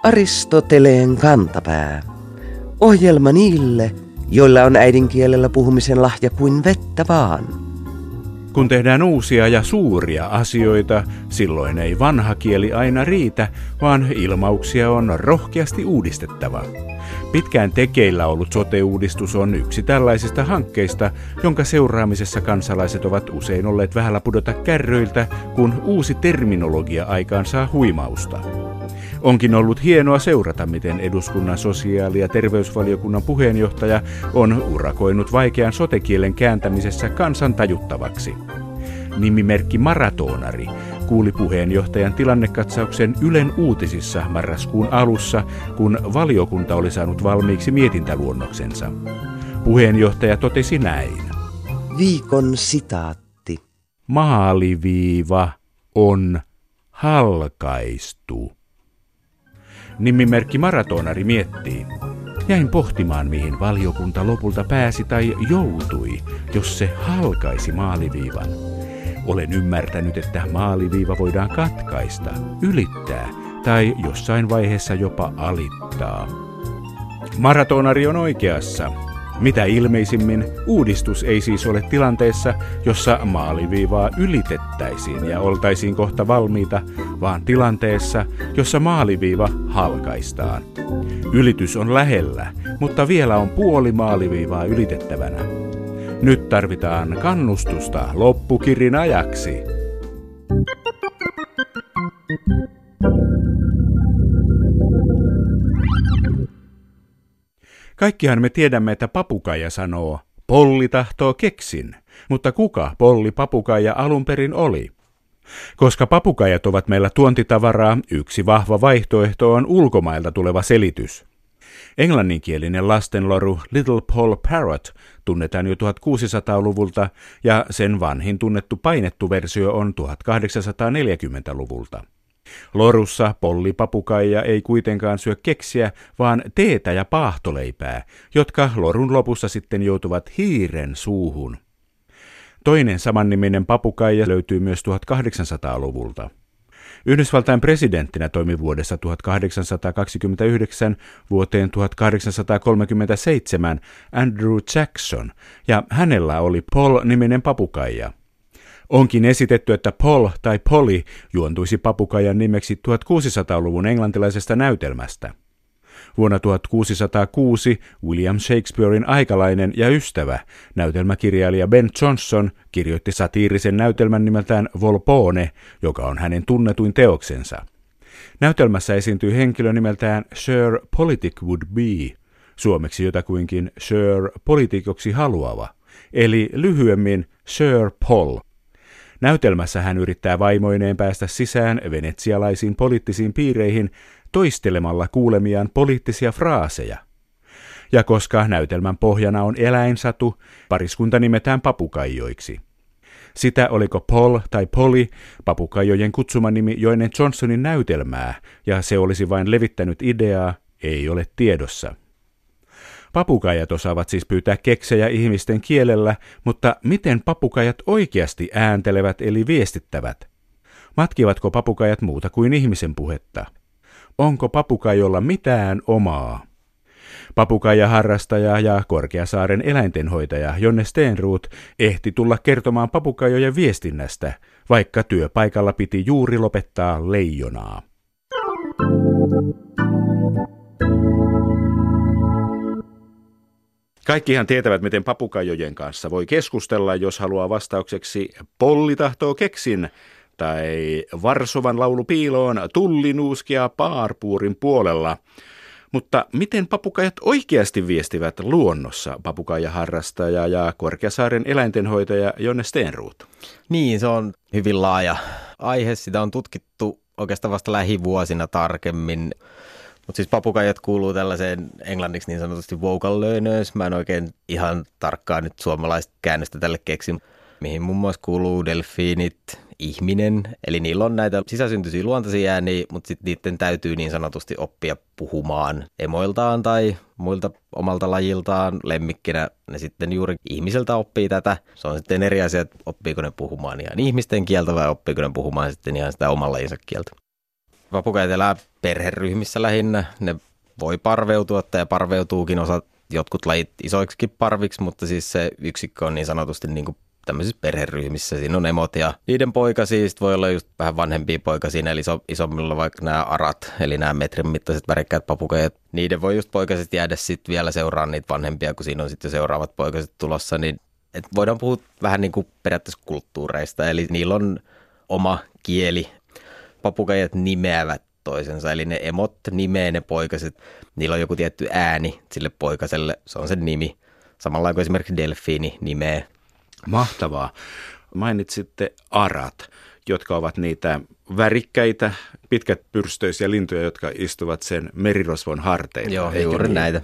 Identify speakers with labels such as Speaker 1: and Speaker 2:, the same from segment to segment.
Speaker 1: Aristoteleen kantapää. Ohjelma niille, joilla on äidinkielellä puhumisen lahja kuin vettä vaan.
Speaker 2: Kun tehdään uusia ja suuria asioita, silloin ei vanha kieli aina riitä, vaan ilmauksia on rohkeasti uudistettava. Pitkään tekeillä ollut sote-uudistus on yksi tällaisista hankkeista, jonka seuraamisessa kansalaiset ovat usein olleet vähällä pudota kärryiltä, kun uusi terminologia aikaan saa huimausta. Onkin ollut hienoa seurata, miten eduskunnan sosiaali- ja terveysvaliokunnan puheenjohtaja on urakoinut vaikean sotekielen kääntämisessä kansan tajuttavaksi. Nimimerkki Maratonari kuuli puheenjohtajan tilannekatsauksen Ylen uutisissa marraskuun alussa, kun valiokunta oli saanut valmiiksi mietintäluonnoksensa. Puheenjohtaja totesi näin.
Speaker 1: Viikon sitaatti.
Speaker 2: Maaliviiva on halkaistu. Nimimerkki Maratonari miettii. Jäin pohtimaan, mihin valiokunta lopulta pääsi tai joutui, jos se halkaisi maaliviivan. Olen ymmärtänyt, että maaliviiva voidaan katkaista, ylittää tai jossain vaiheessa jopa alittaa. Maratonari on oikeassa. Mitä ilmeisimmin, uudistus ei siis ole tilanteessa, jossa maaliviivaa ylitettäisiin ja oltaisiin kohta valmiita, vaan tilanteessa, jossa maaliviiva halkaistaan. Ylitys on lähellä, mutta vielä on puoli maaliviivaa ylitettävänä. Nyt tarvitaan kannustusta loppukirin ajaksi. Kaikkihan me tiedämme, että papukaija sanoo, polli tahtoo keksin, mutta kuka polli papukaija alun perin oli? Koska papukaijat ovat meillä tuontitavaraa, yksi vahva vaihtoehto on ulkomailta tuleva selitys. Englanninkielinen lastenloru Little Paul Parrot tunnetaan jo 1600-luvulta ja sen vanhin tunnettu painettu versio on 1840-luvulta. Lorussa Polli papukaija ei kuitenkaan syö keksiä, vaan teetä ja paahtoleipää, jotka lorun lopussa sitten joutuvat hiiren suuhun. Toinen samanniminen papukaija löytyy myös 1800-luvulta. Yhdysvaltain presidenttinä toimi vuodesta 1829 vuoteen 1837 Andrew Jackson, ja hänellä oli Paul-niminen papukaija. Onkin esitetty, että Paul tai Polly juontuisi papukaijan nimeksi 1600-luvun englantilaisesta näytelmästä. Vuonna 1606 William Shakespearein aikalainen ja ystävä, näytelmäkirjailija Ben Jonson, kirjoitti satiirisen näytelmän nimeltään Volpone, joka on hänen tunnetuin teoksensa. Näytelmässä esiintyy henkilö nimeltään Sir Politic Would Be, suomeksi jotakuinkin Sir Poliitikoksi haluava, eli lyhyemmin Sir Paul. Näytelmässä hän yrittää vaimoineen päästä sisään venetsialaisiin poliittisiin piireihin toistelemalla kuulemiaan poliittisia fraaseja. Ja koska näytelmän pohjana on eläinsatu, pariskunta nimetään papukaijoiksi. Sitä oliko Paul tai Polly papukaijojen kutsumanimi jo ennen Johnsonin näytelmää, ja se olisi vain levittänyt ideaa, ei ole tiedossa. Papukaijat osaavat siis pyytää keksejä ihmisten kielellä, mutta miten papukaijat oikeasti ääntelevät eli viestittävät? Matkivatko papukaijat muuta kuin ihmisen puhetta? Onko papukaijolla mitään omaa? Papukaijaharrastaja ja Korkeasaaren eläintenhoitaja Jonne Stenroth ehti tulla kertomaan papukaijojen viestinnästä, vaikka työpaikalla piti juuri lopettaa leijonaa. Kaikkihan tietävät, miten papukaijojen kanssa voi keskustella, jos haluaa vastaukseksi Polli tahtoo keksin tai Varsovan laulu piiloon tullinuuskia paarpuurin puolella. Mutta miten papukaijat oikeasti viestivät luonnossa, papukaijaharrastaja ja Korkeasaaren eläintenhoitaja Jonne Stenroth?
Speaker 3: Niin, se on hyvin laaja aihe. Sitä on tutkittu oikeastaan vasta lähivuosina tarkemmin. Mutta siis papukaijat kuuluu tällaiseen englanniksi niin sanotusti vocal learners. Mä en oikein ihan tarkkaan nyt suomalaista käännöstä tälle keksin, mihin muun muassa kuuluu delfiinit, ihminen. Eli niillä on näitä sisäsyntyisiä luontaisia ääniä, mutta sitten niiden täytyy niin sanotusti oppia puhumaan emoiltaan tai muilta omalta lajiltaan. Lemmikkinä ne sitten juuri ihmiseltä oppii tätä. Se on sitten eri asia, että oppiiko ne puhumaan ihan ihmisten kieltä vai oppiiko ne puhumaan sitten ihan sitä oman lajinsa kieltä. Papukaijat elää perheryhmissä lähinnä. Ne voi parveutua ja parveutuukin jotkut lajit isoiksikin parviksi, mutta siis se yksikkö on niin sanotusti niin kuin tämmöisissä perheryhmissä. Siinä on emot ja niiden poikasia, voi olla just vähän vanhempia poikasia, eli isommilla vaikka nämä arat, eli nämä metrin mittaiset värikkäät papukajat. Niiden voi just poikaset jäädä sitten vielä seuraamaan niitä vanhempia, kun siinä on sitten jo seuraavat poikaset tulossa, niin voidaan puhua vähän niin kuin periaatteessa kulttuureista, eli niillä on oma kieli. Papukajat nimeävät toisensa, eli ne emot nimeä ne poikaset. Niillä on joku tietty ääni sille poikaselle, se on sen nimi. Samalla kuin esimerkiksi delfiini nimeä.
Speaker 2: Mahtavaa. Mainitsitte arat, jotka ovat niitä värikkäitä, pitkäpyrstöisiä lintuja, jotka istuvat sen merirosvon harteilla.
Speaker 3: Joo, juuri niin? Näitä.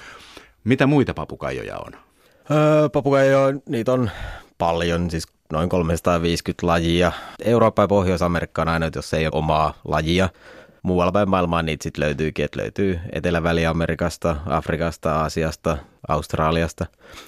Speaker 2: Mitä muita papukaijoja on?
Speaker 3: Papukaijoja, niitä on paljon, siis noin 350 lajia. Eurooppa ja Pohjois-Amerikka on ainoa, jos ei ole omaa lajia. Muualla päin maailmaa niitä sitten löytyykin, että löytyy Etelä-Väli-Amerikasta, Afrikasta, Aasiasta, Australiasta.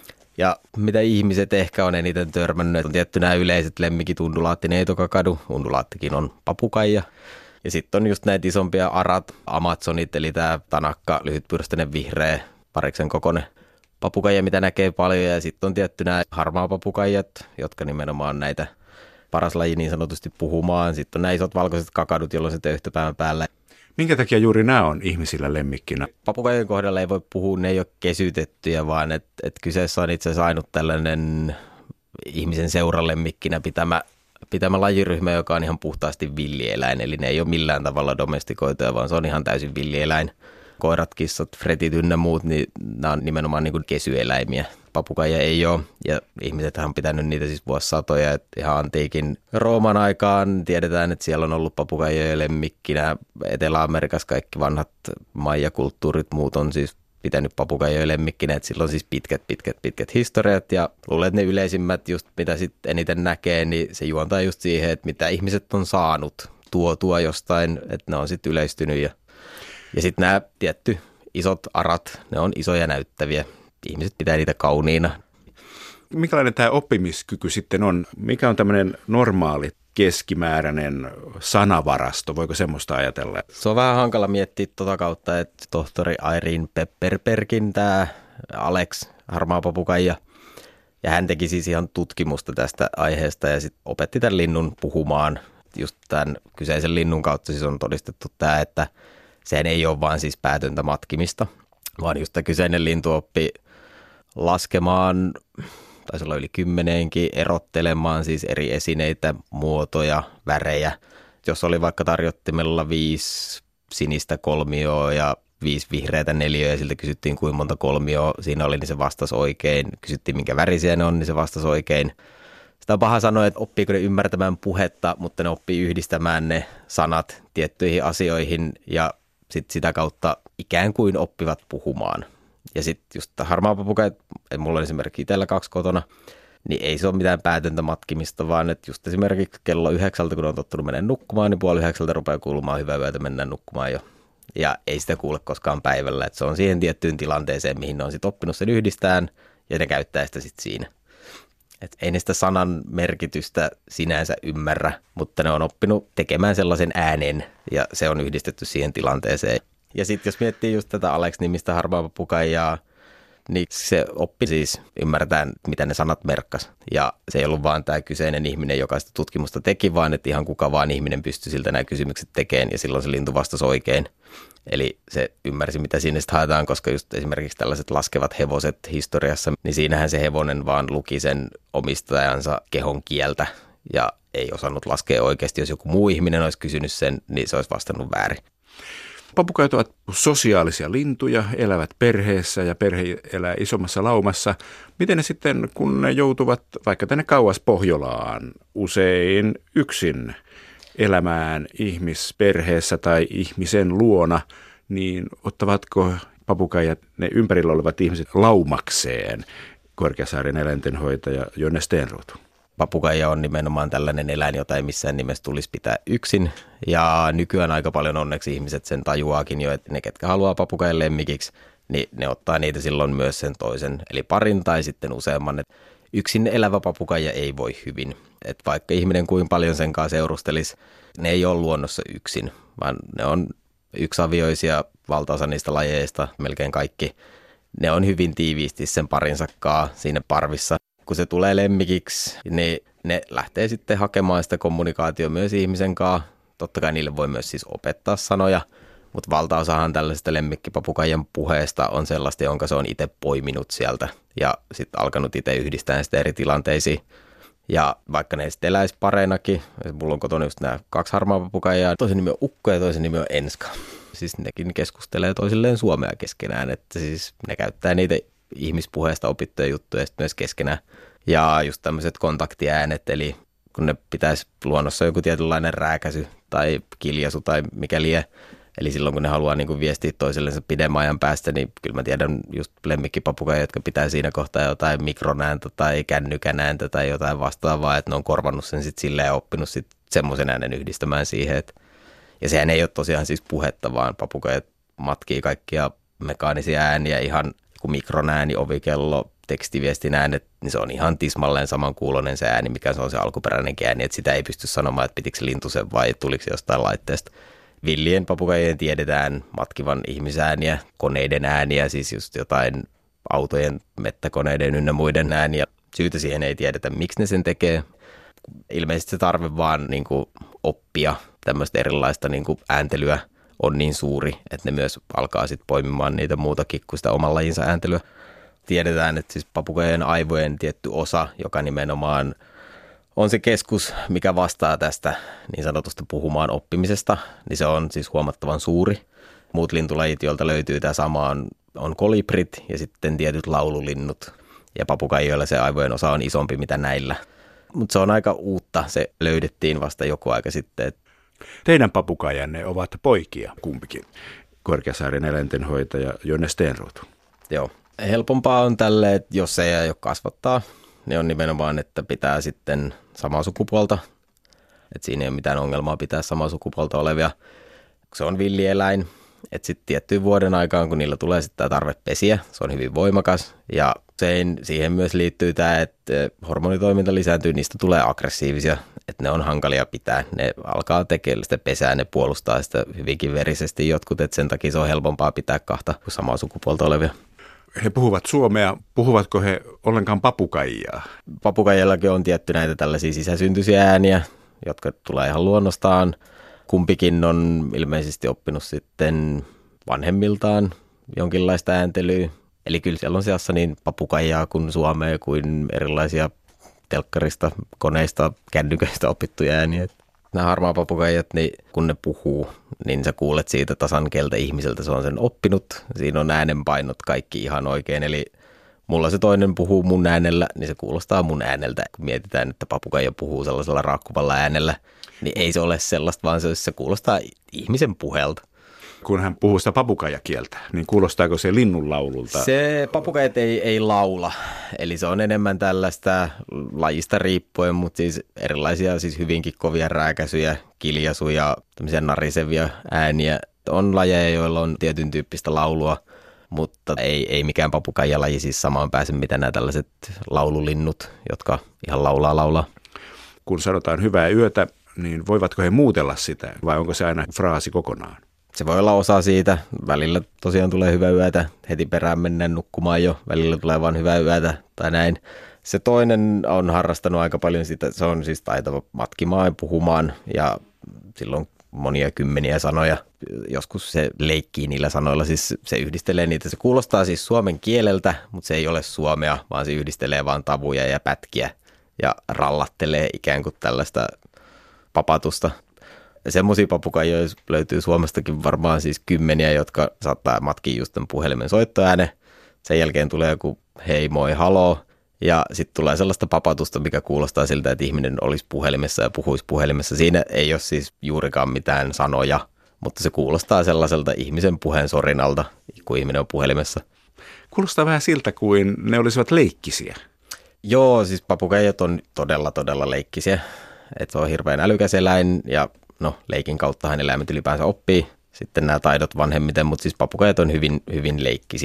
Speaker 3: Ja mitä ihmiset ehkä on eniten törmännyt, on tietty nämä yleiset lemmikit, undulaatti, neitokakadu, undulaattikin on papukaija. Ja sitten on just näitä isompia arat, amazonit, eli tämä tanakka, lyhytpyrstöinen vihreä, pariksen kokoinen papukaija, mitä näkee paljon. Ja sitten on tietty nämä harmaapapukaijat, jotka nimenomaan näitä paras laji niin sanotusti puhumaan. Sitten on nämä isot valkoiset kakadut, jolloin se töyhtöpään päällä.
Speaker 2: Minkä takia juuri nämä on ihmisillä lemmikkinä?
Speaker 3: Papukaijien kohdalla ei voi puhua, ne ei ole kesytettyjä, vaan että kyseessä on itse asiassa ainut tällainen ihmisen seuralemmikkinä pitämä lajiryhmä, joka on ihan puhtaasti villieläin. Eli ne ei ole millään tavalla domestikoituja, vaan se on ihan täysin villieläin. Koirat, kissat, fretit ynnä muut, niin nämä on nimenomaan niin kuin kesyeläimiä. Papukaija ei ole, ja ihmisethän on pitänyt niitä siis vuosisatoja, että ihan antiikin Rooman aikaan tiedetään, että siellä on ollut papukaijoja lemmikkinä. Etelä-Amerikassa kaikki vanhat maijakulttuurit, muut on siis pitänyt papukaijoja lemmikkinä, että sillä on siis pitkät historiat, ja luulen, että ne yleisimmät, just mitä sitten eniten näkee, niin se juontaa just siihen, että mitä ihmiset on saanut tuotua jostain, että ne on sitten yleistynyt, ja sitten nämä tietty isot arat, ne on isoja näyttäviä. Ihmiset pitää niitä kauniina.
Speaker 2: Minkälainen tämä oppimiskyky sitten on? Mikä on tämmöinen normaali keskimääräinen sanavarasto? Voiko semmoista ajatella?
Speaker 3: Se on vähän hankala miettiä tuota kautta, että tohtori Irene Pepperbergin, tämä Alex harmaapapukaija, ja hän teki siis ihan tutkimusta tästä aiheesta ja sitten opetti tämän linnun puhumaan. Just tämän kyseisen linnun kautta siis on todistettu tämä, että sehän ei ole vaan siis päätöntä matkimista, vaan just tämä kyseinen lintu oppi laskemaan, taisi olla yli 10:kin, erottelemaan siis eri esineitä, muotoja, värejä. Jos oli vaikka tarjottimella 5 sinistä kolmioa ja 5 vihreitä neliöä ja siltä kysyttiin kuinka monta kolmioa siinä oli, niin se vastasi oikein. Kysyttiin minkä värisiä ne on, niin se vastasi oikein. Sitä on paha sanoa, että oppiiko ne ymmärtämään puhetta, mutta ne oppii yhdistämään ne sanat tiettyihin asioihin ja sitten sitä kautta ikään kuin oppivat puhumaan. Ja sitten just harmaapapukaijat, mulla on esimerkiksi itsellä 2 kotona, niin ei se ole mitään päätöntä matkimista, vaan että just esimerkiksi kello 9, kun on tottunut mennä nukkumaan, niin 8:30 rupeaa kuulumaan hyvää yötä, mennään nukkumaan jo. Ja ei sitä kuule koskaan päivällä, että se on siihen tiettyyn tilanteeseen, mihin ne on sitten oppinut sen yhdistään, ja ne käyttää sitä sitten siinä. Et ei ne sitä sanan merkitystä sinänsä ymmärrä, mutta ne on oppinut tekemään sellaisen äänen, ja se on yhdistetty siihen tilanteeseen. Ja sitten jos miettii just tätä Alex-nimistä harmaapapukaijaa, niin se oppi siis ymmärtää, mitä ne sanat merkkas. Ja se ei ollut vaan tämä kyseinen ihminen, joka sitä tutkimusta teki, vaan että ihan kuka vaan ihminen pystyi siltä nämä kysymykset tekemään, ja silloin se lintu vastasi oikein. Eli se ymmärsi, mitä siinä sitten haetaan, koska just esimerkiksi tällaiset laskevat hevoset historiassa, niin siinähän se hevonen vaan luki sen omistajansa kehon kieltä, ja ei osannut laskea oikeasti. Jos joku muu ihminen olisi kysynyt sen, niin se olisi vastannut väärin.
Speaker 2: Papukaiat ovat sosiaalisia lintuja, elävät perheessä ja perhe elää isommassa laumassa. Miten ne sitten, kun ne joutuvat vaikka tänne kauas Pohjolaan, usein yksin elämään ihmisperheessä tai ihmisen luona, niin ottavatko papukaijat ne ympärillä olevat ihmiset laumakseen? Korkeasaaren eläintenhoitaja Jonne Stenroth.
Speaker 3: Papukaija on nimenomaan tällainen eläin, jota ei missään nimessä tulisi pitää yksin. Ja nykyään aika paljon onneksi ihmiset sen tajuaakin jo, että ne, ketkä haluaa papukaijan lemmikiksi, niin ne ottaa niitä silloin myös sen toisen, eli parin tai sitten useamman. Et yksin elävä papukaija ei voi hyvin. Et vaikka ihminen kuin paljon sen kanssa seurustelisi, ne ei ole luonnossa yksin, vaan ne on yksavioisia, valtaosa niistä lajeista, melkein kaikki, ne on hyvin tiiviisti sen parinsakaan siinä parvissa. Kun se tulee lemmikiksi, niin ne lähtee sitten hakemaan sitä kommunikaatio myös ihmisen kanssa. Totta kai niille voi myös siis opettaa sanoja, mutta valtaosahan tällaisesta lemmikkipapukaijan puheesta on sellaista, jonka se on itse poiminut sieltä ja sitten alkanut itse yhdistämään sitä eri tilanteisiin. Ja vaikka ne sitten eläisi pareinakin, mulla on kotona just nämä 2 harmaa papukaijaa, toisen nimi on Ukko ja toisen nimi on Enska. Siis nekin keskustelee toisilleen suomea keskenään, että siis ne käyttää niitä ihmispuheesta opittuja juttuja sitten myös keskenään. Ja just tämmöiset kontaktiäänet, eli kun ne pitäisi luonnossa joku tietynlainen rääkäsy tai kiljasu tai mikä lie, eli silloin kun ne haluaa niin kuin viestiä toisellensa pidemmän ajan päästä, niin kyllä mä tiedän just lemmikkipapukaijia, jotka pitää siinä kohtaa jotain mikronääntä tai kännykänääntä tai jotain vastaavaa, että ne on korvannut sen sitten silleen ja oppinut sitten semmoisen äänen yhdistämään siihen. Ja sehän ei ole tosiaan siis puhetta, vaan papukaijat matkii kaikkia mekaanisia ääniä, ihan kuin mikronääni, ovikello, tekstiviestin äänet, niin se on ihan tismalleen samankuuloinen se ääni, mikä se on se alkuperäinenkin ääni, että sitä ei pysty sanomaan, että pitikö lintu sen vai tuliko se jostain laitteesta. Villien papukaijien tiedetään matkivan ihmisääniä, koneiden ääniä, siis just jotain autojen, mettäkoneiden ynnä muiden ääniä. Syytä siihen ei tiedetä, miksi ne sen tekee. Ilmeisesti se tarve vaan niin kuin oppia tämmöistä erilaista niin kuin ääntelyä on niin suuri, että ne myös alkaa sitten poimimaan niitä muutakin kuin sitä oman lajinsa ääntelyä. Tiedetään, että siis papukaijien aivojen tietty osa, joka nimenomaan on se keskus, mikä vastaa tästä niin sanotusta puhumaan oppimisesta, niin se on siis huomattavan suuri. Muut lintulajit, joilta löytyy tämä sama, on kolibrit ja sitten tietyt laululinnut. Ja papukaijoilla se aivojen osa on isompi mitä näillä. Mutta se on aika uutta, se löydettiin vasta joku aika sitten.
Speaker 2: Teidän papukaijanne ovat poikia kumpikin. Korkeasaaren eläintenhoitaja Jonne Stenruutu.
Speaker 3: Joo. Helpompaa on tälle, että jos ei aio kasvattaa, niin on nimenomaan, että pitää sitten samaa sukupuolta. Että siinä ei ole mitään ongelmaa pitää samaa sukupuolta olevia. Se on villieläin, että sitten tiettyyn vuoden aikaan, kun niillä tulee sitten tämä tarve pesiä, se on hyvin voimakas. Ja siihen myös liittyy tämä, että hormonitoiminta lisääntyy, niistä tulee aggressiivisia, että ne on hankalia pitää. Ne alkaa tekemään sitä pesää, ne puolustaa sitä hyvinkin verisesti jotkut, että sen takia se on helpompaa pitää 2 kuin samaa sukupuolta olevia.
Speaker 2: He puhuvat suomea. Puhuvatko he ollenkaan papukaijaa?
Speaker 3: Papukaijallakin on tietty näitä tällaisia sisäsyntyisiä ääniä, jotka tulee ihan luonnostaan. Kumpikin on ilmeisesti oppinut sitten vanhemmiltaan jonkinlaista ääntelyä. Eli kyllä siellä on seassa niin papukaijaa kuin suomea kuin erilaisia telkkarista, koneista, kännyköistä opittuja ääniä. Nämä harmaa papukaijat, niin kun ne puhuu, niin sä kuulet siitä tasan keltä ihmiseltä se on sen oppinut. Siinä on äänenpainot kaikki ihan oikein, eli mulla se toinen puhuu mun äänellä, niin se kuulostaa mun ääneltä. Kun mietitään, että papukaija puhuu sellaisella raakkuvalla äänellä, niin ei se ole sellaista, vaan se kuulostaa ihmisen puhelta.
Speaker 2: Kun hän puhuu sitä papukaijakieltä, niin kuulostaako se linnun laululta?
Speaker 3: Se papukajat ei laula, eli se on enemmän tällaista lajista riippuen, mutta siis erilaisia siis hyvinkin kovia rääkäsyjä, kiljasuja, tämmöisiä narisevia ääniä. On lajeja, joilla on tietyn tyyppistä laulua, mutta ei mikään papukaijalaji siis samaan pääse, mitä nämä tällaiset laululinnut, jotka ihan laulaa.
Speaker 2: Kun sanotaan hyvää yötä, niin voivatko he muutella sitä vai onko se aina fraasi kokonaan?
Speaker 3: Se voi olla osa siitä. Välillä tosiaan tulee hyvää yötä, heti perään mennään nukkumaan jo. Välillä tulee vaan hyvää yötä tai näin. Se toinen on harrastanut aika paljon sitä. Se on siis taitava matkimaan ja puhumaan ja silloin monia kymmeniä sanoja. Joskus se leikkii niillä sanoilla, siis se yhdistelee niitä. Se kuulostaa siis suomen kieleltä, mutta se ei ole suomea, vaan se yhdistelee vaan tavuja ja pätkiä ja rallattelee ikään kuin tällaista papatusta. Semmoisia papukaijoja löytyy Suomestakin varmaan siis kymmeniä, jotka saattaa matkia just tämän puhelimen soittoääne. Sen jälkeen tulee joku hei, moi, haloo. Ja sitten tulee sellaista papatusta, mikä kuulostaa siltä, että ihminen olisi puhelimessa ja puhuisi puhelimessa. Siinä ei ole siis juurikaan mitään sanoja, mutta se kuulostaa sellaiselta ihmisen puheen sorinalta, kun ihminen on puhelimessa.
Speaker 2: Kuulostaa vähän siltä, kuin ne olisivat leikkisiä.
Speaker 3: Joo, siis papukaijat on todella leikkisiä. Että se on hirveän älykäs eläin ja leikin kauttahan eläimet ylipäänsä oppii. Sitten nämä taidot vanhemmiten, mutta siis papukajat on hyvin leikkisiä.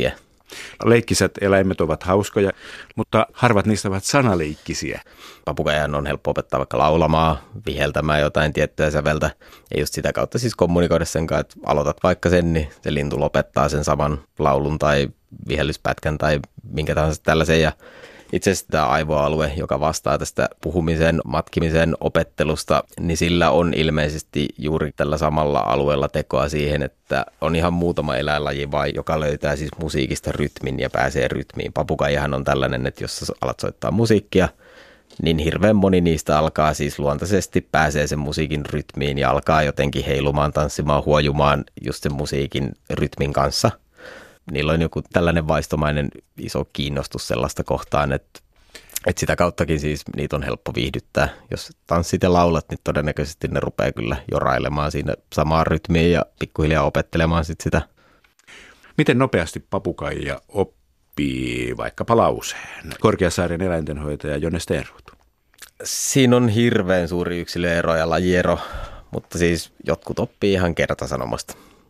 Speaker 2: Leikkisät eläimet ovat hauskoja, mutta harvat niistä ovat sanaleikkisiä.
Speaker 3: Papukaijan on helppo opettaa vaikka laulamaan, viheltämään jotain tiettyä säveltä. Ja just sitä kautta siis kommunikoida sen kanssa, että aloitat vaikka sen, niin se lintu lopettaa sen saman laulun tai vihellyspätkän tai minkä tahansa tällaisen. Ja itse asiassa tämä aivoalue, joka vastaa tästä puhumisen, matkimisen opettelusta, niin sillä on ilmeisesti juuri tällä samalla alueella tekoa siihen, että on ihan muutama eläinlaji vai, joka löytää siis musiikista rytmin ja pääsee rytmiin. Papukaijahan on tällainen, että jos sä alat soittaa musiikkia, niin hirveän moni niistä alkaa siis luontaisesti pääsee sen musiikin rytmiin ja alkaa jotenkin heilumaan, tanssimaan, huojumaan just sen musiikin rytmin kanssa. Niillä on joku tällainen vaistomainen iso kiinnostus sellaista kohtaan, että sitä kauttakin siis niitä on helppo viihdyttää. Jos tanssit ja laulat, niin todennäköisesti ne rupeaa kyllä jorailemaan siinä samaan rytmiin ja pikkuhiljaa opettelemaan sit sitä.
Speaker 2: Miten nopeasti papukaija oppii vaikkapa lauseen? Korkeasaaren eläintenhoitaja Jonne Stenruut.
Speaker 3: Siinä on hirveän suuri yksilöero ja lajiero, mutta siis jotkut oppii ihan kertasanomasta.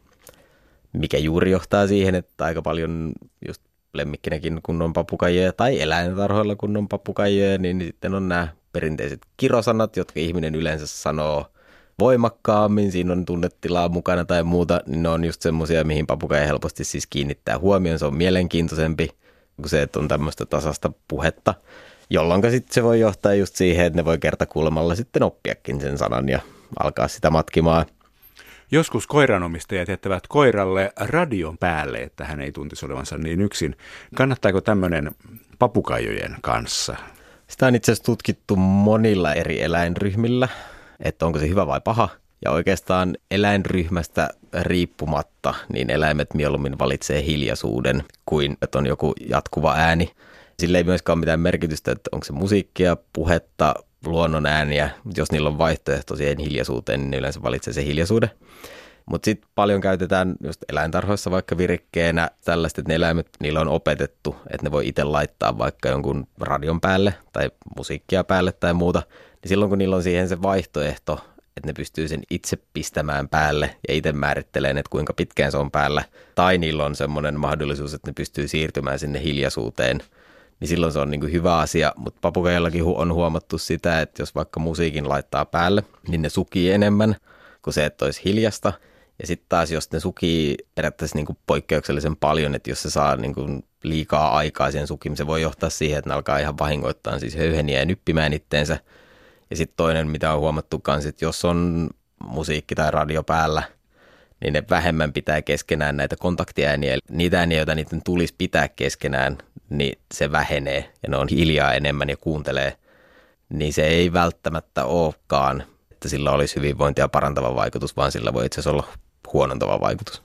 Speaker 3: Mikä juuri johtaa siihen, että aika paljon just lemmikkinäkin kun on papukaijoja tai eläintarhoilla kun on papukaijoja, niin sitten on nämä perinteiset kirosanat, jotka ihminen yleensä sanoo voimakkaammin, siinä on tunnetilaa mukana tai muuta, niin ne on just semmoisia, mihin papukaija helposti siis kiinnittää huomioon. Se on mielenkiintoisempi kuin se, että on tämmöistä tasasta puhetta, jolloin sitten se voi johtaa just siihen, että ne voi kertakuulemalla sitten oppiakin sen sanan ja alkaa sitä matkimaan.
Speaker 2: Joskus koiranomistajat jättävät koiralle radion päälle, että hän ei tuntisi olevansa niin yksin. Kannattaako tämmöinen papukaijojen kanssa?
Speaker 3: Sitä on itse asiassa tutkittu monilla eri eläinryhmillä, että onko se hyvä vai paha. Ja oikeastaan eläinryhmästä riippumatta, niin eläimet mieluummin valitsee hiljaisuuden kuin että on joku jatkuva ääni. Sillä ei myöskään ole mitään merkitystä, että onko se musiikkia, puhetta, luonnon ääniä. Jos niillä on vaihtoehto siihen hiljaisuuteen, niin ne yleensä valitsee se hiljaisuuden. Mutta sitten paljon käytetään just eläintarhoissa vaikka virikkeenä tällaista, että ne eläimet, niillä on opetettu, että ne voi itse laittaa vaikka jonkun radion päälle tai musiikkia päälle tai muuta. Niin silloin kun niillä on siihen se vaihtoehto, että ne pystyy sen itse pistämään päälle ja itse määrittelemään, että kuinka pitkään se on päällä. Tai niillä on semmoinen mahdollisuus, että ne pystyy siirtymään sinne hiljaisuuteen. Niin silloin se on niin kuin hyvä asia, mutta papukaijallakin on huomattu sitä, että jos vaikka musiikin laittaa päälle, niin ne sukii enemmän kuin se, että olisi hiljasta. Ja sitten taas, jos ne sukii periaatteessa niin kuin poikkeuksellisen paljon, että jos se saa niin kuin liikaa aikaa siihen sukiin, se voi johtaa siihen, että ne alkaa ihan vahingoittaa siis höyheniä ja nyppimään itteensä. Ja sitten toinen, mitä on huomattu kanssa, että jos on musiikki tai radio päällä, niin ne vähemmän pitää keskenään näitä kontaktiääniä. Niitä ääniä, joita niiden tulisi pitää keskenään, niin se vähenee ja ne on hiljaa enemmän ja kuuntelee. Niin se ei välttämättä olekaan, että sillä olisi hyvinvointia parantava vaikutus, vaan sillä voi itse asiassa olla huonontava vaikutus.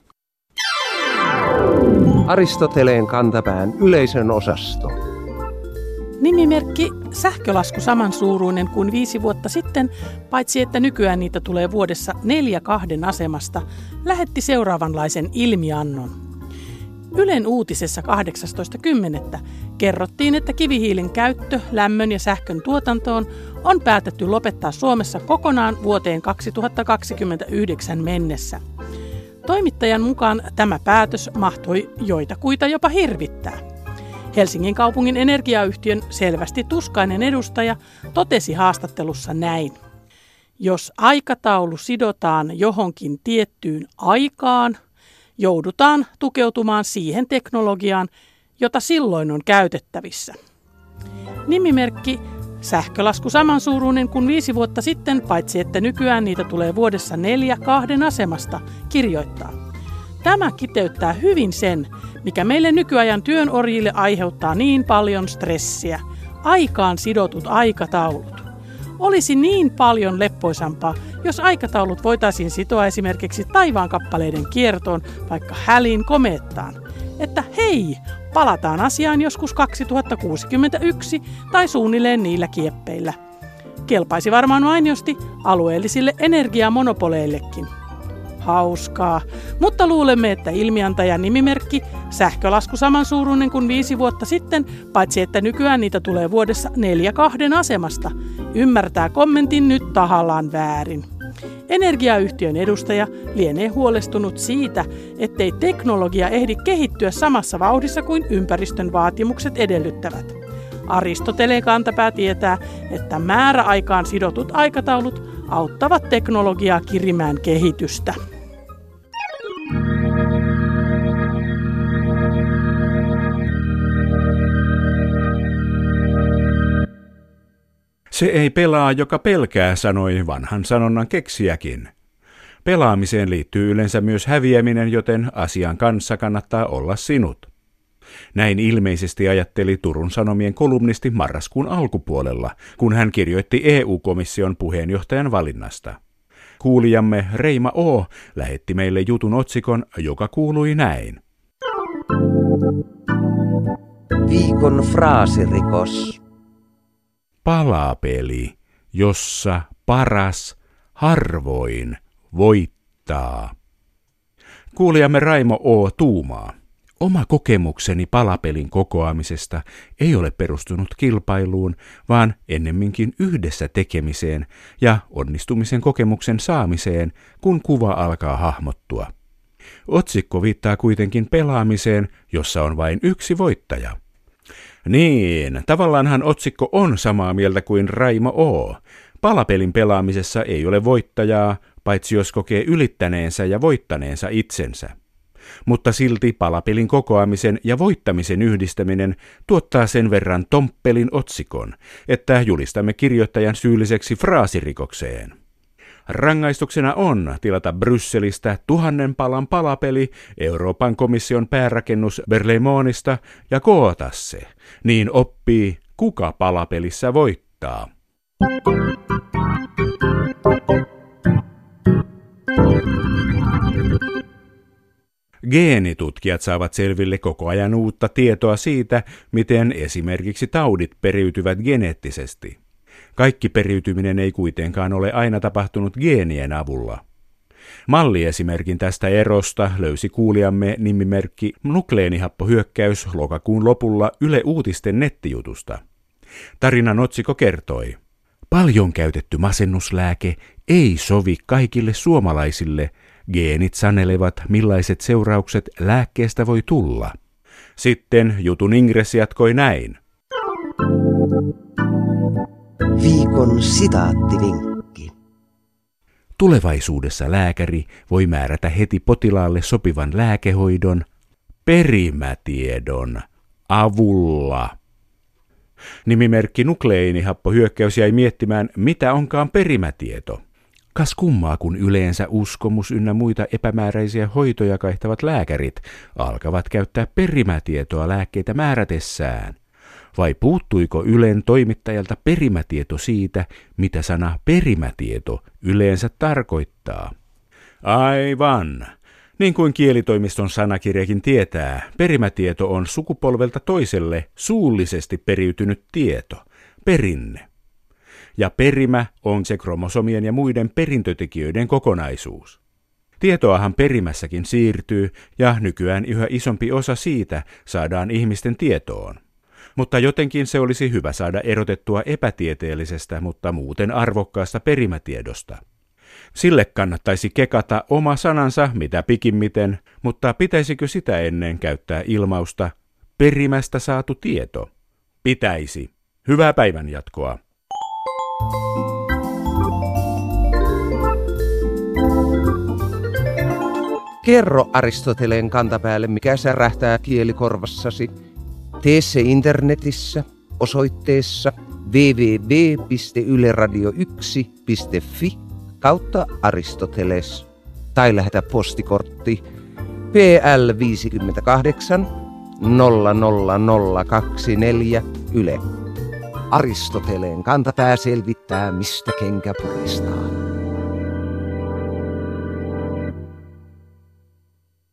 Speaker 4: Aristoteleen kantapään yleisön osasto.
Speaker 5: Nimimerkki sähkölasku samansuuruinen kuin 5 vuotta sitten, paitsi että nykyään niitä tulee vuodessa 4 kahden asemasta, lähetti seuraavanlaisen ilmiannon. Ylen uutisessa 18.10. kerrottiin, että kivihiilen käyttö lämmön ja sähkön tuotantoon on päätetty lopettaa Suomessa kokonaan vuoteen 2029 mennessä. Toimittajan mukaan tämä päätös mahtoi joitakuita jopa hirvittää. Helsingin kaupungin energiayhtiön selvästi tuskainen edustaja totesi haastattelussa näin. Jos aikataulu sidotaan johonkin tiettyyn aikaan, joudutaan tukeutumaan siihen teknologiaan, jota silloin on käytettävissä. Nimimerkki sähkölasku samansuuruinen kuin 5 vuotta sitten, paitsi että nykyään niitä tulee vuodessa 4 kahden asemasta, kirjoittaa. Tämä kiteyttää hyvin sen, mikä meille nykyajan työnorjille aiheuttaa niin paljon stressiä. Aikaan sidotut aikataulut. Olisi niin paljon leppoisampaa, jos aikataulut voitaisiin sitoa esimerkiksi taivaankappaleiden kiertoon, vaikka Hälin komeettaan. Että hei, palataan asiaan joskus 2061 tai suunnilleen niillä kieppeillä. Kelpaisi varmaan mainiosti alueellisille energiamonopoleillekin. Hauskaa, mutta luulemme, että ilmiantajan nimimerkki sähkölasku samansuuruinen kuin 5 vuotta sitten, paitsi että nykyään niitä tulee vuodessa 4 kahden asemasta, ymmärtää kommentin nyt tahallaan väärin. Energiayhtiön edustaja lienee huolestunut siitä, ettei teknologia ehdi kehittyä samassa vauhdissa kuin ympäristön vaatimukset edellyttävät. Aristoteleen kantapää tietää, että määräaikaan sidotut aikataulut auttavat teknologiaa kirimään kehitystä.
Speaker 2: Se ei pelaa, joka pelkää, sanoi vanhan sanonnan keksijäkin. Pelaamiseen liittyy yleensä myös häviäminen, joten asian kanssa kannattaa olla sinut. Näin ilmeisesti ajatteli Turun Sanomien kolumnisti marraskuun alkupuolella, kun hän kirjoitti EU-komission puheenjohtajan valinnasta. Kuulijamme Reima O. lähetti meille jutun otsikon, joka kuului näin.
Speaker 1: Viikon fraasirikos.
Speaker 2: Palapeli, jossa paras harvoin voittaa. Kuulijamme Raimo O. tuumaa. Oma kokemukseni palapelin kokoamisesta ei ole perustunut kilpailuun, vaan ennemminkin yhdessä tekemiseen ja onnistumisen kokemuksen saamiseen, kun kuva alkaa hahmottua. Otsikko viittaa kuitenkin pelaamiseen, jossa on vain yksi voittaja. Niin, tavallaanhan otsikko on samaa mieltä kuin Raimo O. Palapelin pelaamisessa ei ole voittajaa, paitsi jos kokee ylittäneensä ja voittaneensa itsensä. Mutta silti palapelin kokoamisen ja voittamisen yhdistäminen tuottaa sen verran tomppelin otsikon, että julistamme kirjoittajan syylliseksi fraasirikokseen. Rangaistuksena on tilata Brysselistä 1000 palan palapeli Euroopan komission päärakennus Berlemonista ja koota se, niin oppii, kuka palapelissä voittaa. Geenitutkijat saavat selville koko ajan uutta tietoa siitä, miten esimerkiksi taudit periytyvät geneettisesti. Kaikki periytyminen ei kuitenkaan ole aina tapahtunut geenien avulla. Malliesimerkin tästä erosta löysi kuulijamme nimimerkki Nukleenihappohyökkäys lokakuun lopulla Yle Uutisten nettijutusta. Tarinan otsikko kertoi: paljon käytetty masennuslääke ei sovi kaikille suomalaisille. Geenit sanelevat, millaiset seuraukset lääkkeestä voi tulla. Sitten jutun ingressi jatkoi näin.
Speaker 1: Viikon sitaattivinkki.
Speaker 2: Tulevaisuudessa lääkäri voi määrätä heti potilaalle sopivan lääkehoidon perimätiedon avulla. Nimimerkki Nukleinihappohyökkäys jäi miettimään, mitä onkaan perimätieto. Kas kummaa, kun yleensä uskomus ynnä muita epämääräisiä hoitoja kaihtavat lääkärit alkavat käyttää perimätietoa lääkkeitä määrätessään. Vai puuttuiko Ylen toimittajalta perimätieto siitä, mitä sana perimätieto yleensä tarkoittaa? Aivan. Niin kuin kielitoimiston sanakirjakin tietää, perimätieto on sukupolvelta toiselle suullisesti periytynyt tieto, perinne. Ja perimä on se kromosomien ja muiden perintötekijöiden kokonaisuus. Tietoahan perimässäkin siirtyy, ja nykyään yhä isompi osa siitä saadaan ihmisten tietoon. Mutta jotenkin se olisi hyvä saada erotettua epätieteellisestä, mutta muuten arvokkaasta perimätiedosta. Sille kannattaisi kekata oma sanansa mitä pikimmiten, mutta pitäisikö sitä ennen käyttää ilmausta perimästä saatu tieto? Pitäisi. Hyvää päivänjatkoa.
Speaker 4: Kerro Aristoteleen kantapäälle, mikä särähtää kielikorvassasi. Tee se internetissä osoitteessa www.yleradio1.fi/Aristoteles tai lähetä postikortti PL 58 00024 Yle. Aristoteleen kantapää selvittää, mistä kenkä puristaa.